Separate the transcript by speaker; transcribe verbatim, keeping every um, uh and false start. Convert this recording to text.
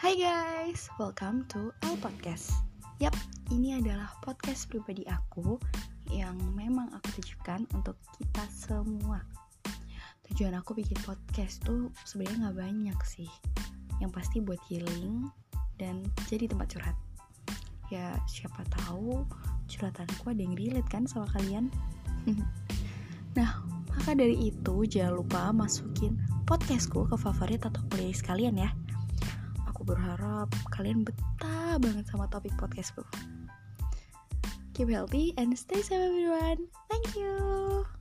Speaker 1: Hai guys, welcome to our podcast. Yap, ini adalah podcast pribadi aku yang memang aku tujukan untuk kita semua. Tujuan aku bikin podcast tuh sebenarnya nggak banyak sih. Yang pasti buat healing dan jadi tempat curhat. Ya siapa tahu curhatanku ada yang relate kan sama kalian. Nah, maka dari itu jangan lupa masukin podcastku ke favorit atau playlist kalian ya. Aku berharap kalian betah banget sama topik podcastku. Keep healthy and stay safe everyone. Thank you.